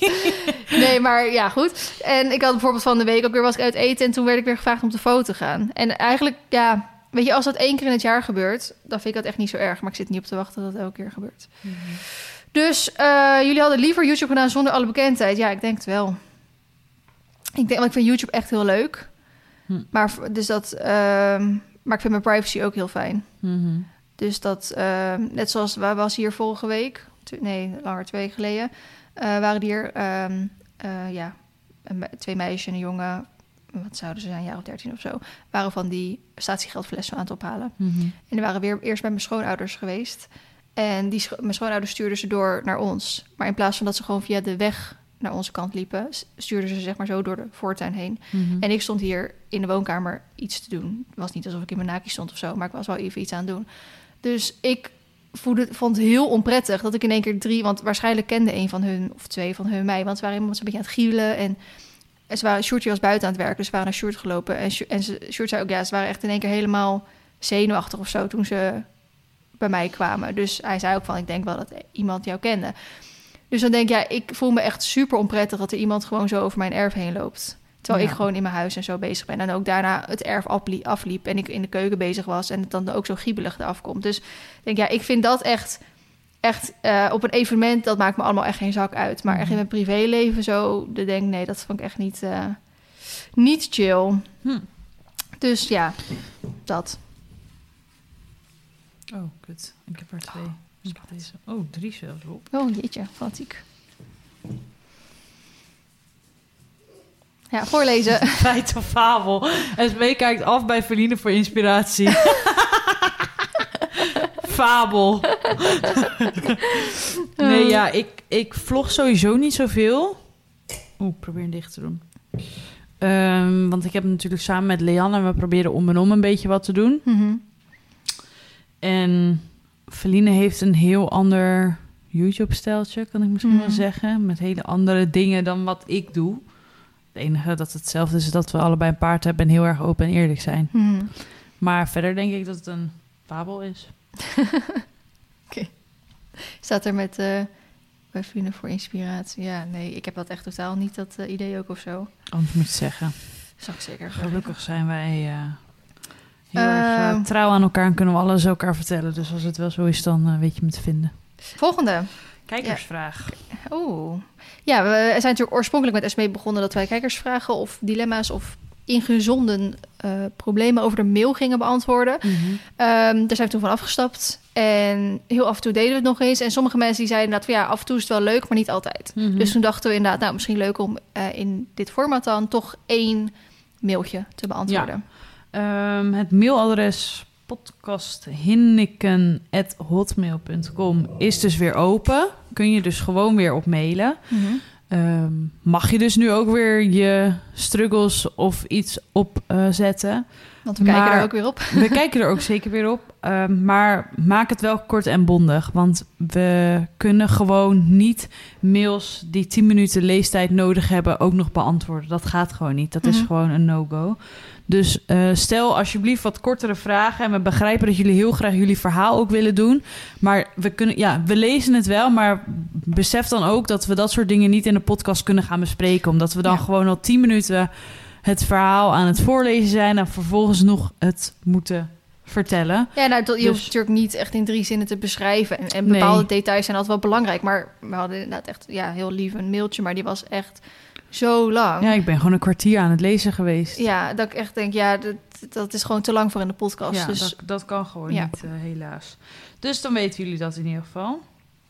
Nee, maar ja, goed. En ik had bijvoorbeeld van de week ook weer was ik uit eten... en toen werd ik weer gevraagd om te foto gaan. En eigenlijk, ja... Weet je, als dat één keer in het jaar gebeurt... dan vind ik dat echt niet zo erg. Maar ik zit niet op te wachten dat dat elke keer gebeurt. Mm-hmm. Dus uh, jullie hadden liever YouTube gedaan zonder alle bekendheid. Ja, ik denk het wel. Ik denk, want ik vind YouTube echt heel leuk. Hm. Maar, dus dat, uh, maar ik vind mijn privacy ook heel fijn. Mm-hmm. Dus dat, uh, net zoals, waar was hier vorige week? Nee, langer, twee weken geleden. Uh, waren hier, um, uh, ja, een, twee meisjes en een jongen... wat zouden ze zijn, een jaar of dertien of zo... waren van die statiegeldflessen aan het ophalen. Mm-hmm. En die waren weer eerst bij mijn schoonouders geweest... En die scho- mijn schoonouders stuurden ze door naar ons. Maar in plaats van dat ze gewoon via de weg naar onze kant liepen... stuurden ze zeg maar zo door de voortuin heen. Mm-hmm. En ik stond hier in de woonkamer iets te doen. Het was niet alsof ik in mijn naki stond of zo... maar ik was wel even iets aan het doen. Dus ik voelde, vond het heel onprettig dat ik in één keer drie... want waarschijnlijk kende een van hun of twee van hun mij... want ze waren helemaal een beetje aan het gielen... en, en ze waren, Sjoerdje was buiten aan het werken... dus ze waren naar Sjoerd gelopen. En, en ze, Sjoerd zei ook, ja, ze waren echt in één keer helemaal zenuwachtig of zo... toen ze bij mij kwamen. Dus hij zei ook van, ik denk wel dat iemand jou kende. Dus dan denk ik, ja, ik voel me echt super onprettig... dat er iemand gewoon zo over mijn erf heen loopt... Terwijl Ja. ik gewoon in mijn huis en zo bezig ben. En ook daarna het erf aflie- afliep en ik in de keuken bezig was... en het dan ook zo giebelig eraf komt. Dus ik denk, ja, ik vind dat echt... echt uh, op een evenement, dat maakt me allemaal echt geen zak uit. Maar echt in mijn privéleven zo... dan denk ik, nee, dat vond ik echt niet, uh, niet chill. Hm. Dus ja, dat. Oh, kut. Ik heb er twee. Ik heb deze. Oh, drie zelfs op. Oh, jeetje, fanatiek. Ja, voorlezen. Feit of fabel. S B kijkt af bij Feline voor inspiratie. Fabel. Nee, ja, ik, ik vlog sowieso niet zoveel. Oeh, ik probeer hem dicht te doen. Um, want ik heb natuurlijk samen met Leanne... en we proberen om en om een beetje wat te doen. Mm-hmm. En Feline heeft een heel ander YouTube-stijltje, kan ik misschien Mm-hmm. wel zeggen. Met hele andere dingen dan wat ik doe. Het enige dat hetzelfde is, dat we allebei een paard hebben... en heel erg open en eerlijk zijn. Mm-hmm. Maar verder denk ik dat het een fabel is. Okay. Staat er met... Uh, bij Vrienden voor inspiratie. Ja, nee, ik heb dat echt totaal niet, dat uh, idee ook of zo. Anders moet je zeggen. Zou ik zeker. Gelukkig zijn wij uh, heel Uh, erg uh, trouw aan elkaar... en kunnen we alles elkaar vertellen. Dus als het wel zo is, dan uh, weet je me te vinden. Volgende. Kijkersvraag. Oeh. Ja, we zijn natuurlijk oorspronkelijk met Esmee begonnen... dat wij kijkersvragen of dilemma's of ingezonden uh, problemen over de mail gingen beantwoorden. Mm-hmm. Um, daar zijn we toen van afgestapt. En heel af en toe deden we het nog eens. En sommige mensen die zeiden inderdaad van ja, af en toe is het wel leuk, maar niet altijd. Mm-hmm. Dus toen dachten we inderdaad, nou misschien leuk om uh, in dit format dan toch één mailtje te beantwoorden. Ja. Um, het mailadres podcasthinneken at hotmail punt com is dus weer open. Kun je dus gewoon weer op mailen. Mm-hmm. Um, mag je dus nu ook weer je struggles of iets opzetten. Uh, Want we kijken maar, er ook weer op. We kijken er ook zeker weer op. Um, maar maak het wel kort en bondig. Want we kunnen gewoon niet mails die tien minuten leestijd nodig hebben ook nog beantwoorden. Dat gaat gewoon niet. Dat mm-hmm. is gewoon een no-go. Dus uh, stel alsjeblieft wat kortere vragen. En we begrijpen dat jullie heel graag jullie verhaal ook willen doen. Maar we kunnen, ja, we lezen het wel. Maar besef dan ook dat we dat soort dingen niet in de podcast kunnen gaan bespreken. Omdat we dan ja. gewoon al tien minuten het verhaal aan het voorlezen zijn. En vervolgens nog het moeten vertellen. Ja, nou, je dus, hoeft natuurlijk niet echt in drie zinnen te beschrijven. En, en bepaalde nee. details zijn altijd wel belangrijk. Maar we hadden inderdaad echt ja, heel lief een mailtje. Maar die was echt zo lang. Ja, ik ben gewoon een kwartier aan het lezen geweest. Ja, dat ik echt denk, ja, dat, dat is gewoon te lang voor in de podcast. Ja, dus dat, dat kan gewoon ja. niet, uh, helaas. Dus dan weten jullie dat in ieder geval.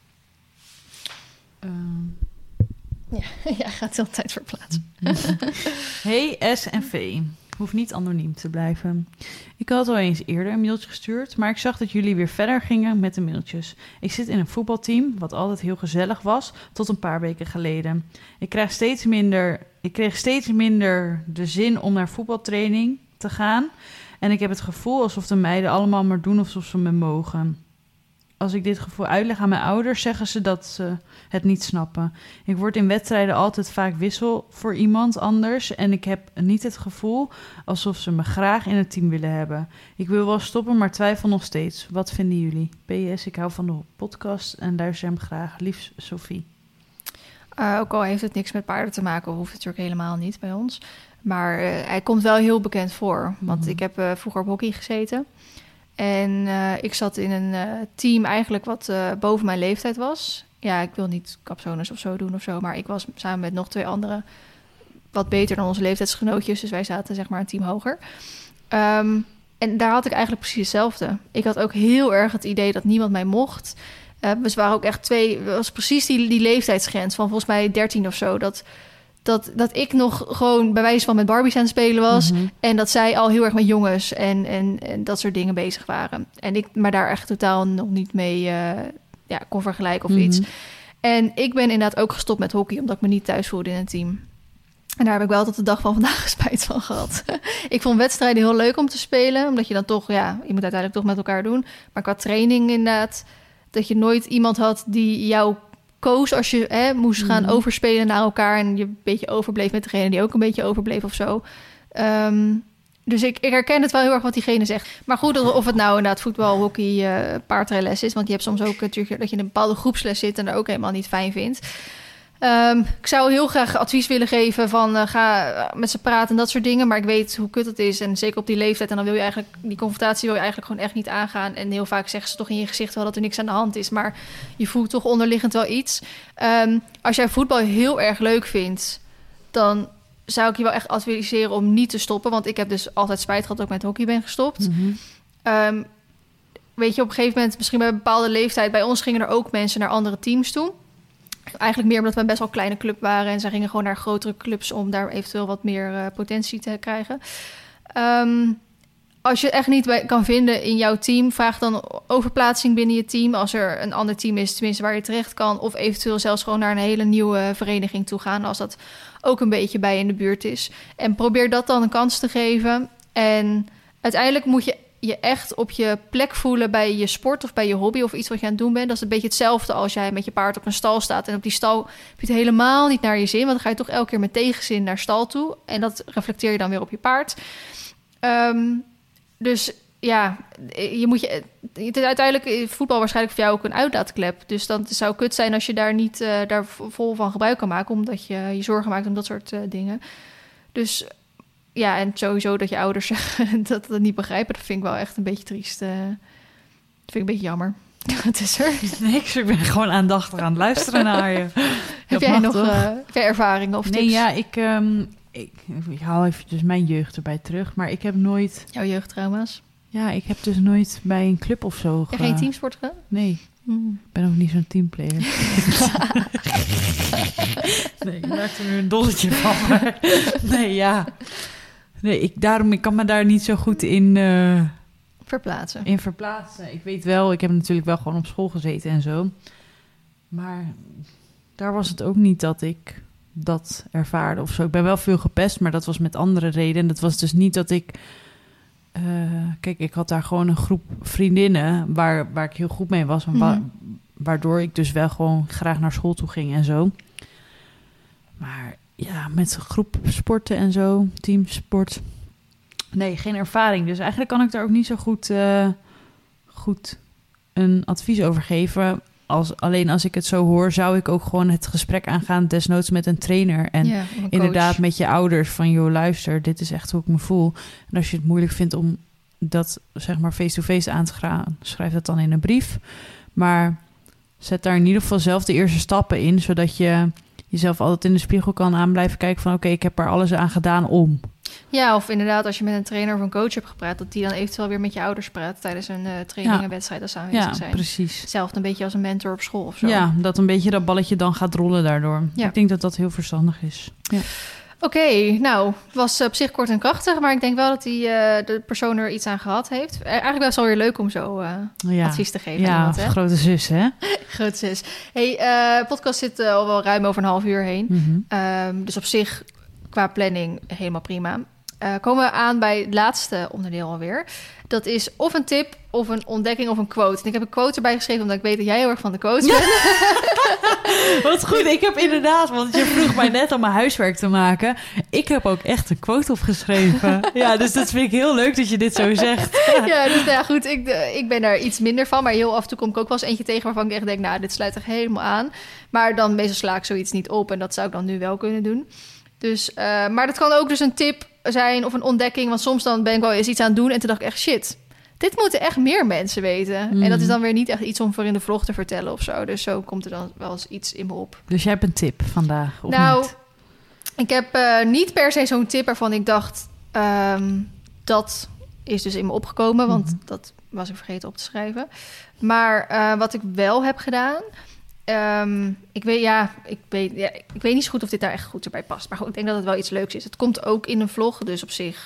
Um. Ja, ja, gaat de hele tijd verplaatsen. Hey S en V. Hoeft niet anoniem te blijven. Ik had al eens eerder een mailtje gestuurd, maar ik zag dat jullie weer verder gingen met de mailtjes. Ik zit in een voetbalteam, wat altijd heel gezellig was, tot een paar weken geleden. Ik krijg steeds minder, ik kreeg steeds minder de zin om naar voetbaltraining te gaan. En ik heb het gevoel alsof de meiden allemaal maar doen alsof ze me mogen. Als ik dit gevoel uitleg aan mijn ouders, zeggen ze dat ze het niet snappen. Ik word in wedstrijden altijd vaak wissel voor iemand anders. En ik heb niet het gevoel alsof ze me graag in het team willen hebben. Ik wil wel stoppen, maar twijfel nog steeds. Wat vinden jullie? P S, ik hou van de podcast en luister hem graag. Liefs, Sophie. Uh, ook al heeft het niks met paarden te maken, hoeft het natuurlijk helemaal niet bij ons. Maar uh, hij komt wel heel bekend voor. Want mm-hmm. ik heb uh, vroeger op hockey gezeten. En uh, ik zat in een uh, team eigenlijk wat uh, boven mijn leeftijd was. Ja, ik wil niet capsones of zo doen of zo. Maar ik was samen met nog twee anderen wat beter dan onze leeftijdsgenootjes. Dus wij zaten zeg maar een team hoger. Um, en daar had ik eigenlijk precies hetzelfde. Ik had ook heel erg het idee dat niemand mij mocht. Uh, we waren ook echt twee... Het was precies die, die leeftijdsgrens van volgens mij dertien of zo. Dat... Dat, dat ik nog gewoon bij wijze van met Barbies aan het spelen was. Mm-hmm. En dat zij al heel erg met jongens en, en, en dat soort dingen bezig waren. En ik maar daar echt totaal nog niet mee uh, ja, kon vergelijken of mm-hmm. iets. En ik ben inderdaad ook gestopt met hockey, omdat ik me niet thuis voelde in een team. En daar heb ik wel tot de dag van vandaag spijt van gehad. Ik vond wedstrijden heel leuk om te spelen. Omdat je dan toch, ja, je moet uiteindelijk toch met elkaar doen. Maar qua training inderdaad... Dat je nooit iemand had die jou koos als je hè, moest gaan Mhm. overspelen naar elkaar en je een beetje overbleef met degene die ook een beetje overbleef of zo. Um, dus ik, ik herken het wel heel erg wat diegene zegt. Maar goed, of het nou inderdaad voetbal, hockey, uh, paardrijles is. Want je hebt soms ook natuurlijk dat je in een bepaalde groepsles zit en dat ook helemaal niet fijn vindt. Um, ik zou heel graag advies willen geven van uh, ga met ze praten en dat soort dingen. Maar ik weet hoe kut het is. En zeker op die leeftijd. En dan wil je eigenlijk, die confrontatie wil je eigenlijk gewoon echt niet aangaan. En heel vaak zeggen ze toch in je gezicht wel dat er niks aan de hand is. Maar je voelt toch onderliggend wel iets. Um, als jij voetbal heel erg leuk vindt, dan zou ik je wel echt adviseren om niet te stoppen. Want ik heb dus altijd spijt gehad dat ik met hockey ben gestopt. Mm-hmm. Um, weet je, op een gegeven moment, misschien bij een bepaalde leeftijd, bij ons gingen er ook mensen naar andere teams toe. Eigenlijk meer omdat we een best wel kleine club waren. En zij gingen gewoon naar grotere clubs om daar eventueel wat meer uh, potentie te krijgen. Um, als je het echt niet bij kan vinden in jouw team, vraag dan overplaatsing binnen je team. Als er een ander team is, tenminste waar je terecht kan. Of eventueel zelfs gewoon naar een hele nieuwe vereniging toe gaan. Als dat ook een beetje bij in de buurt is. En probeer dat dan een kans te geven. En uiteindelijk moet je je echt op je plek voelen bij je sport of bij je hobby of iets wat je aan het doen bent. Dat is een beetje hetzelfde als jij met je paard op een stal staat. En op die stal heb je het helemaal niet naar je zin. Want dan ga je toch elke keer met tegenzin naar stal toe. En dat reflecteer je dan weer op je paard. Um, dus ja, je moet je, het is uiteindelijk voetbal waarschijnlijk voor jou ook een uitlaatklep. Dus dan het zou kut zijn als je daar niet uh, daar vol van gebruik kan maken. Omdat je je zorgen maakt om dat soort uh, dingen. Dus ja, en sowieso dat je ouders zeggen dat dat niet begrijpen, dat vind ik wel echt een beetje triest. Uh, dat vind ik een beetje jammer. Wat is er? Niks, ik ben gewoon aandachtig aan het luisteren naar je. Heb jij nog uh, heb jij ervaringen of nee, tips? ja, ik, um, ik, ik haal eventjes mijn jeugd erbij terug, maar ik heb nooit... Jouw jeugdtrauma's? Ja, ik heb dus nooit bij een club of zo... Heb je geen teamsport gedaan? Nee, hmm. ik ben ook niet zo'n teamplayer. Nee, ik maak er nu een dolletje van. Maar nee, ja... Nee, ik, daarom, ik kan me daar niet zo goed in... Uh, verplaatsen. In verplaatsen. Ik weet wel, ik heb natuurlijk wel gewoon op school gezeten en zo. Maar daar was het ook niet dat ik dat ervaarde of zo. Ik ben wel veel gepest, maar dat was met andere redenen. Dat was dus niet dat ik... Uh, kijk, ik had daar gewoon een groep vriendinnen waar, waar ik heel goed mee was. En wa- mm-hmm. Waardoor ik dus wel gewoon graag naar school toe ging en zo. Maar... Ja, met groep sporten en zo, teamsport. Nee, geen ervaring. Dus eigenlijk kan ik daar ook niet zo goed, uh, goed een advies over geven. Als, alleen als ik het zo hoor, zou ik ook gewoon het gesprek aangaan, desnoods met een trainer. En ja, een inderdaad met je ouders van, joh, luister, dit is echt hoe ik me voel. En als je het moeilijk vindt om dat, zeg maar, face-to-face aan te gaan, schrijf dat dan in een brief. Maar zet daar in ieder geval zelf de eerste stappen in, zodat je jezelf altijd in de spiegel kan aan blijven kijken van... oké, okay, ik heb er alles aan gedaan om. Ja, of inderdaad als je met een trainer of een coach hebt gepraat... dat die dan eventueel weer met je ouders praat... tijdens een uh, training en ja. wedstrijd als ze aanwezig ja, zijn. Ja, precies. Hetzelfde een beetje als een mentor op school of zo. Ja, dat een beetje dat balletje dan gaat rollen daardoor. Ja. Ik denk dat dat heel verstandig is. Ja. Oké, okay, nou, het was op zich kort en krachtig... maar ik denk wel dat die, uh, de persoon er iets aan gehad heeft. Eigenlijk best wel weer leuk om zo uh, ja. advies te geven. Ja, iemand, hè? grote zus, hè? Grote zus. Hey, de uh, podcast zit uh, al wel ruim over een half uur heen. Mm-hmm. Um, dus op zich, qua planning, helemaal prima. Uh, komen we aan bij het laatste onderdeel alweer. Dat is of een tip, of een ontdekking, of een quote. En ik heb een quote erbij geschreven, omdat ik weet dat jij heel erg van de quotes bent. Wat goed, ik heb inderdaad, want je vroeg mij net om mijn huiswerk te maken. Ik heb ook echt een quote opgeschreven. Ja, dus dat vind ik heel leuk dat je dit zo zegt. Ja, dus nou ja, goed, ik, de, ik ben daar iets minder van. Maar heel af en toe kom ik ook wel eens eentje tegen waarvan ik echt denk... nou, dit sluit er helemaal aan. Maar dan meestal sla ik zoiets niet op. En dat zou ik dan nu wel kunnen doen. Dus, uh, maar dat kan ook dus een tip zijn of een ontdekking. Want soms dan ben ik wel eens iets aan het doen... en toen dacht ik echt, shit... dit moeten echt meer mensen weten. Mm. En dat is dan weer niet echt iets om voor in de vlog te vertellen of zo. Dus zo komt er dan wel eens iets in me op. Dus jij hebt een tip vandaag, of nou, niet? Ik heb uh, niet per se zo'n tip waarvan ik dacht... Um, dat is dus in me opgekomen. Want mm-hmm. dat was ik vergeten op te schrijven. Maar uh, wat ik wel heb gedaan... Um, ik, weet, ja, ik, weet, ja, ik weet niet zo goed of dit daar echt goed erbij past. Maar goed, ik denk dat het wel iets leuks is. Het komt ook in een vlog, dus op zich...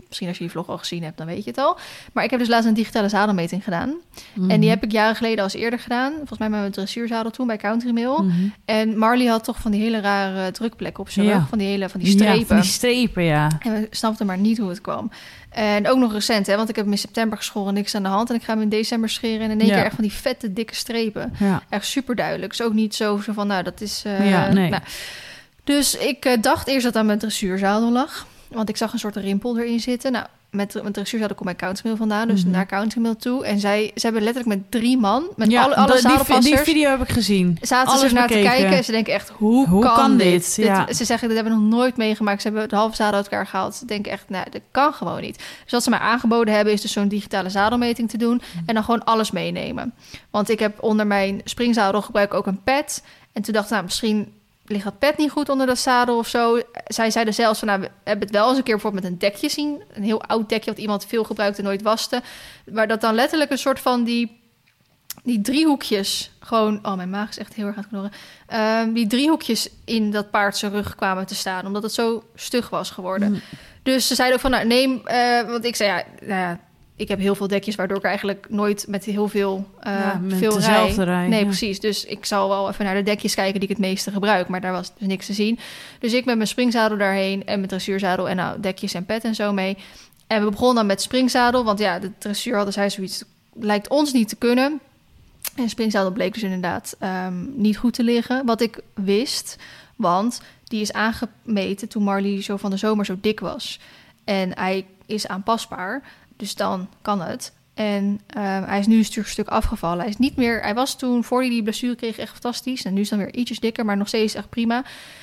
Misschien als je die vlog al gezien hebt, dan weet je het al. Maar ik heb dus laatst een digitale zadelmeting gedaan. Mm-hmm. En die heb ik jaren geleden als eerder gedaan. Volgens mij met mijn dressuurzadel toen bij Country Mill. Mm-hmm. En Marley had toch van die hele rare drukplekken op zijn Ja. rug. Van die hele van die strepen. Ja, van die strepen, ja. En we snapten maar niet hoe het kwam. En ook nog recent, hè, want ik heb hem in september geschoren, niks aan de hand. En ik ga hem in december scheren en in één Ja. keer echt van die vette, dikke strepen. Ja. Echt super duidelijk. Dus ook niet zo, zo van, nou, dat is... Uh, Ja, nee. nou. Dus ik uh, dacht eerst dat dat aan mijn dressuurzadel lag. Want ik zag een soort rimpel erin zitten. Nou, met mijn dressuurzadel komt bij Country Mill vandaan. Dus Mhm. naar Country Mill toe. En zij, ze hebben letterlijk met drie man, met Ja, alle, alle dat- die, zadelpassers... die video heb ik gezien. zaten ze Alles naar te bekeken. kijken en ze denken echt, hoe, Hoe kan, kan dit? dit? Dit- Ja. Ze zeggen, dit hebben we nog nooit meegemaakt. Ze hebben het halve zadel uit elkaar gehaald. Ze denken echt, nou, dat kan gewoon niet. Dus wat ze mij aangeboden hebben, is dus zo'n digitale zadelmeting te doen en dan gewoon alles meenemen. Want ik heb onder mijn springzadel gebruik ik ook een pad. En toen dacht ik, nou, misschien ligt dat pad niet goed onder dat zadel of zo. Zij zeiden zelfs van, nou, we hebben het wel eens een keer bijvoorbeeld met een dekje zien. Een heel oud dekje wat iemand veel gebruikte en nooit waste. Maar dat dan letterlijk een soort van die... die driehoekjes gewoon... Oh, mijn maag is echt heel erg aan het knorren. Ehm, die driehoekjes in dat paard zijn rug kwamen te staan. Omdat het zo stug was geworden. Mm. Dus ze zeiden ook van, nou, neem... eh, want ik zei, ja, nou ja, ik heb heel veel dekjes... waardoor ik eigenlijk nooit met heel veel, uh, Ja, met veel dezelfde rij. rij, Nee, ja. precies. Dus ik zal wel even naar de dekjes kijken... die ik het meeste gebruik. Maar daar was dus niks te zien. Dus ik met mijn springzadel daarheen... en mijn dressuurzadel en nou, dekjes en pet en zo mee. En we begonnen dan met springzadel. Want ja, de dressuur hadden zij zoiets... lijkt ons niet te kunnen... En springzadel bleek dus inderdaad um, niet goed te liggen. Wat ik wist, want die is aangemeten toen Marley zo van de zomer zo dik was. En hij is aanpasbaar, dus dan kan het. En um, hij is nu een stuk, stuk afgevallen. Hij is niet meer. Hij was toen, voor hij die blessure kreeg, echt fantastisch. En nu is hij dan weer ietsjes dikker, maar nog steeds echt prima.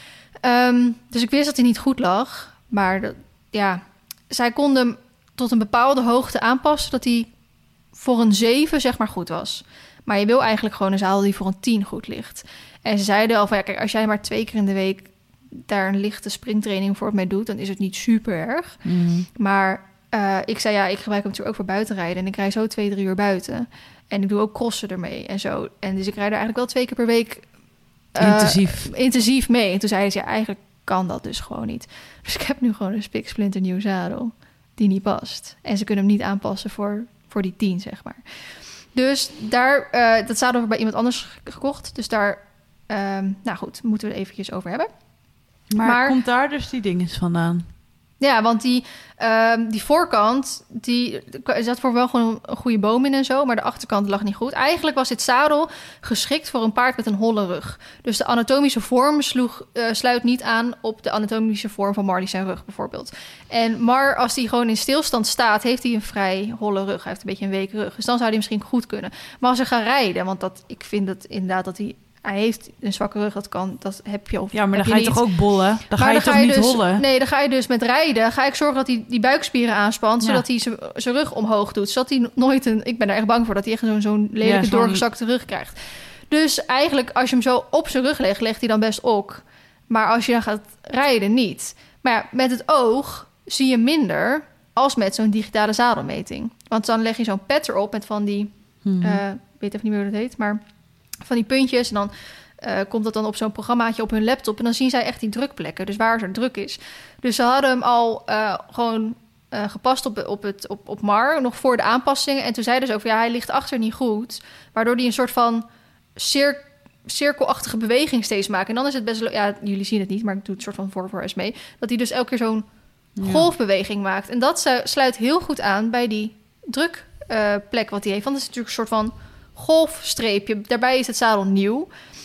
Um, dus ik wist dat hij niet goed lag. Maar dat, ja, zij konden hem tot een bepaalde hoogte aanpassen... dat hij voor een zeven zeg maar goed was. Maar je wil eigenlijk gewoon een zadel die voor een tien goed ligt. En ze zeiden al van, ja, kijk, als jij maar twee keer in de week... daar een lichte springtraining voor mee doet... dan is het niet super erg. Mm. Maar uh, ik zei, ja, ik gebruik hem natuurlijk ook voor buitenrijden... en ik rij zo twee, drie uur buiten. En ik doe ook crossen ermee en zo. En dus ik rijd er eigenlijk wel twee keer per week... Uh, Intensief. Intensief mee. En toen zeiden ze, ja, eigenlijk kan dat dus gewoon niet. Dus ik heb nu gewoon een spiksplinter nieuw zadel... die niet past. En ze kunnen hem niet aanpassen voor, voor die tien, zeg maar. Dus daar, uh, dat zadel we bij iemand anders gekocht. Dus daar, um, nou goed, moeten we het eventjes over hebben. Maar, Maar- komt daar dus die dinges vandaan? Ja, want die, um, die voorkant, die er zat voor wel gewoon een goede boom in en zo, maar de achterkant lag niet goed. Eigenlijk was dit zadel geschikt voor een paard met een holle rug. Dus de anatomische vorm sloeg, uh, sluit niet aan op de anatomische vorm van Marley zijn rug bijvoorbeeld. En Mar, als die gewoon in stilstand staat, heeft hij een vrij holle rug. Hij heeft een beetje een weeke rug. Dus dan zou hij misschien goed kunnen. Maar als ze gaan rijden, want dat, ik vind dat inderdaad dat hij... Hij heeft een zwakke rug, dat kan, dat heb je of Ja, maar heb dan ga je niet. toch ook bollen? Dan ga Maar je toch niet dus, hollen? Nee, dan ga je dus met rijden. Ga ik zorgen dat hij die buikspieren aanspant, Ja. zodat hij zijn- zijn rug omhoog doet. Zodat hij nooit een... Ik ben er echt bang voor dat hij echt zo'n zo'n lelijke Ja, zo'n- doorgezakte rug krijgt. Dus eigenlijk, als je hem zo op zijn rug legt, legt hij dan best ook. Maar als je dan gaat rijden, niet. Maar ja, met het oog zie je minder als met zo'n digitale zadelmeting. Want dan leg je zo'n pad erop met van die... Mhm. eh, ik weet even niet meer hoe dat heet, maar van die puntjes. En dan uh, komt dat dan op zo'n programmaatje op hun laptop. En dan zien zij echt die drukplekken, dus waar er druk is. Dus ze hadden hem al uh, gewoon uh, gepast op, op, het, op, op Mar, nog voor de aanpassingen. En toen zeiden ze ook, ja, hij ligt achter niet goed. Waardoor hij een soort van cir- cirkelachtige beweging steeds maakt. En dan is het best... le- Ja, jullie zien het niet, maar ik doe het soort van voor voor eens mee. Dat hij dus elke keer zo'n Ja. golfbeweging maakt. En dat uh, sluit heel goed aan bij die drukplek uh, wat hij heeft. Want het is natuurlijk een soort van golfstreepje. Daarbij is het zadel nieuw.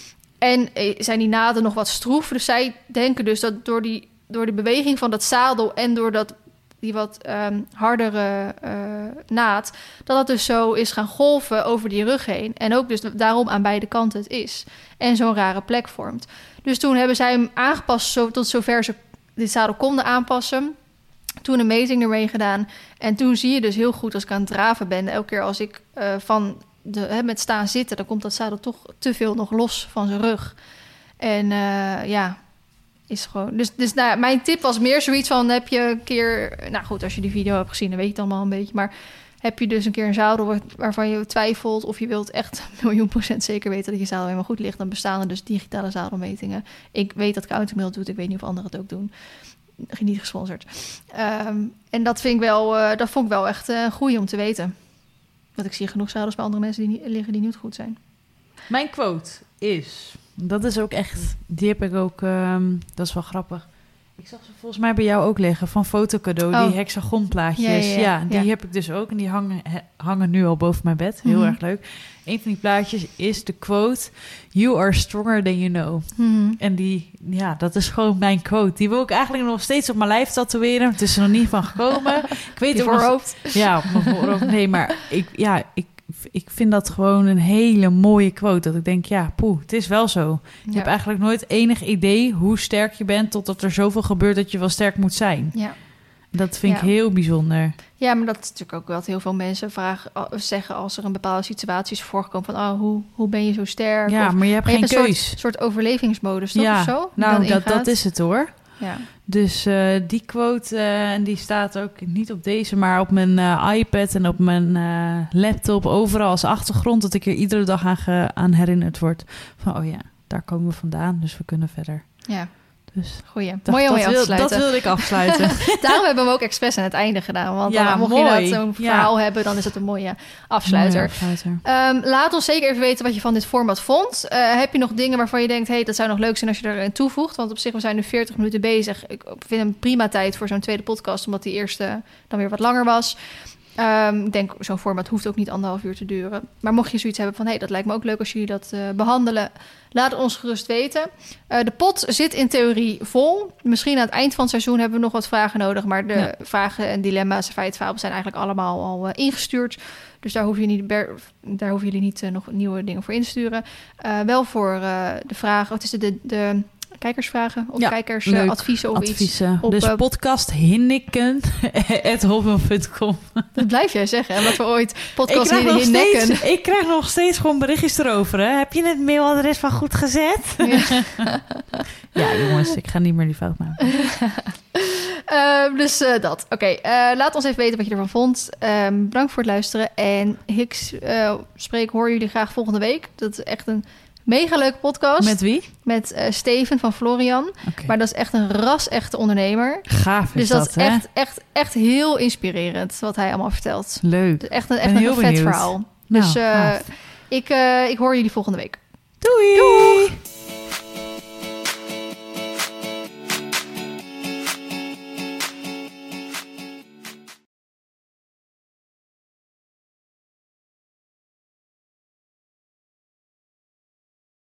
En uh, zijn die naden nog wat stroef. Dus zij denken dus dat door, die, door de beweging van dat zadel... en door dat, die wat um, hardere uh, naad... dat het dus zo is gaan golven over die rug heen. En ook dus daarom aan beide kanten het is. En zo'n rare plek vormt. Dus toen hebben zij hem aangepast zo, tot zover ze dit zadel konden aanpassen. Toen een meting ermee gedaan. En toen zie je dus heel goed als ik aan het draven ben... elke keer als ik uh, van de, hè, met staan zitten... dan komt dat zadel toch te veel nog los van zijn rug. En uh, ja, is gewoon... Dus, dus nou, mijn tip was meer zoiets van... heb je een keer... Nou goed, als je die video hebt gezien, dan weet je het allemaal een beetje. Maar heb je dus een keer een zadel waar, waarvan je twijfelt... of je wilt echt een miljoen procent zeker weten... dat je zadel helemaal goed ligt... dan bestaan er dus digitale zadelmetingen. Ik weet dat Country Mill doet. Ik weet niet of anderen het ook doen. niet gesponsord. Um, en dat, vind ik wel, uh, dat vond ik wel echt een uh, goeie om te weten. Want ik zie genoeg zadels bij andere mensen die niet, liggen die niet goed zijn. Mijn quote is... Dat is ook echt... Die heb ik ook... Um, dat is wel grappig. Ik zag ze volgens mij bij jou ook liggen. Van Fotocadeau. Oh. Die hexagonplaatjes. Ja, Ja, ja, ja. ja die ja. heb ik dus ook. En die hangen, he, hangen nu al boven mijn bed. Heel Mm-hmm. erg leuk. Een van die plaatjes is de quote... You are stronger than you know. Mm-hmm. En die... Ja, dat is gewoon mijn quote. Die wil ik eigenlijk nog steeds op mijn lijf tatoeëren. Het is er nog niet van gekomen. Ik weet Je ook nog- voorhoofd. Ja, op mijn voorhoofd. Nee, maar ik... Ja, ik Ik vind dat gewoon een hele mooie quote. Dat ik denk, ja, poeh, het is wel zo. Je Ja. hebt eigenlijk nooit enig idee hoe sterk je bent... totdat er zoveel gebeurt dat je wel sterk moet zijn. Ja. Dat vind Ja. ik heel bijzonder. Ja, maar dat is natuurlijk ook wat heel veel mensen vragen, zeggen als er een bepaalde situatie is voorgekomen van, oh, hoe, hoe ben je zo sterk? Ja, Of, maar je hebt maar je geen hebt een keus. soort, soort overlevingsmodus, toch? Ja, Of zo? die nou, dan dat, ingaat. dat is het hoor. Ja. Dus uh, die quote, uh, en die staat ook niet op deze... maar op mijn uh, iPad en op mijn uh, laptop... overal als achtergrond... dat ik er iedere dag aan, ge, aan herinnerd word. Van, oh ja, daar komen we vandaan, dus we kunnen verder. Ja, Dus goeie. dacht, Mooi om dat mee af te wil- sluiten. Dat wilde ik afsluiten. Daarom hebben we hem ook expres aan het einde gedaan. Want Ja, dan, mocht mooi. je dat zo'n Ja. verhaal hebben, dan is het een mooie afsluiter. Mooie afsluiter. Um, laat ons zeker even weten wat je van dit format vond. Uh, heb je nog dingen waarvan je denkt... hey, dat zou nog leuk zijn als je erin toevoegt? Want op zich, we zijn nu veertig minuten bezig. Ik vind een prima tijd voor zo'n tweede podcast... omdat die eerste dan weer wat langer was. Um, ik denk, zo'n format hoeft ook niet anderhalf uur te duren. Maar mocht je zoiets hebben van... hey, dat lijkt me ook leuk als jullie dat uh, behandelen... laat het ons gerust weten. Uh, de pot zit in theorie vol. Misschien aan het eind van het seizoen hebben we nog wat vragen nodig... maar de Ja. vragen en dilemma's en feitenfabels zijn eigenlijk allemaal al uh, ingestuurd... Dus daar hoeven jullie, ber- daar hoeven jullie niet uh, nog nieuwe dingen voor in te sturen. Uh, wel voor uh, de vragen, wat is het, de, de kijkersvragen of Ja, kijkersadviezen of iets. Adviezen. op, dus uh, podcast hinniken at hotmail punt com. Dat blijf jij zeggen, hè? Wat we ooit Ik podcast krijg, in nog in nekken. steeds, ik krijg nog steeds gewoon berichtjes erover. Hè? Heb je het mailadres van goed gezet? Ja. Ja, jongens, ik ga niet meer die fout maken. Uh, dus uh, dat. Oké, okay, uh, laat ons even weten wat je ervan vond. Um, bedankt voor het luisteren. En ik uh, spreek, hoor jullie graag volgende week. Dat is echt een mega leuke podcast. Met wie? Met uh, Steven van Florian. Okay. Maar dat is echt een ras-echte ondernemer. Gaaf is dus dat, dat, is hè? echt, echt, echt heel inspirerend wat hij allemaal vertelt. Leuk. Dus echt een, echt Ben een heel vet benieuwd. verhaal. Nou, Dus uh, gaaf. ik, uh, ik hoor jullie volgende week. Doei! Doei!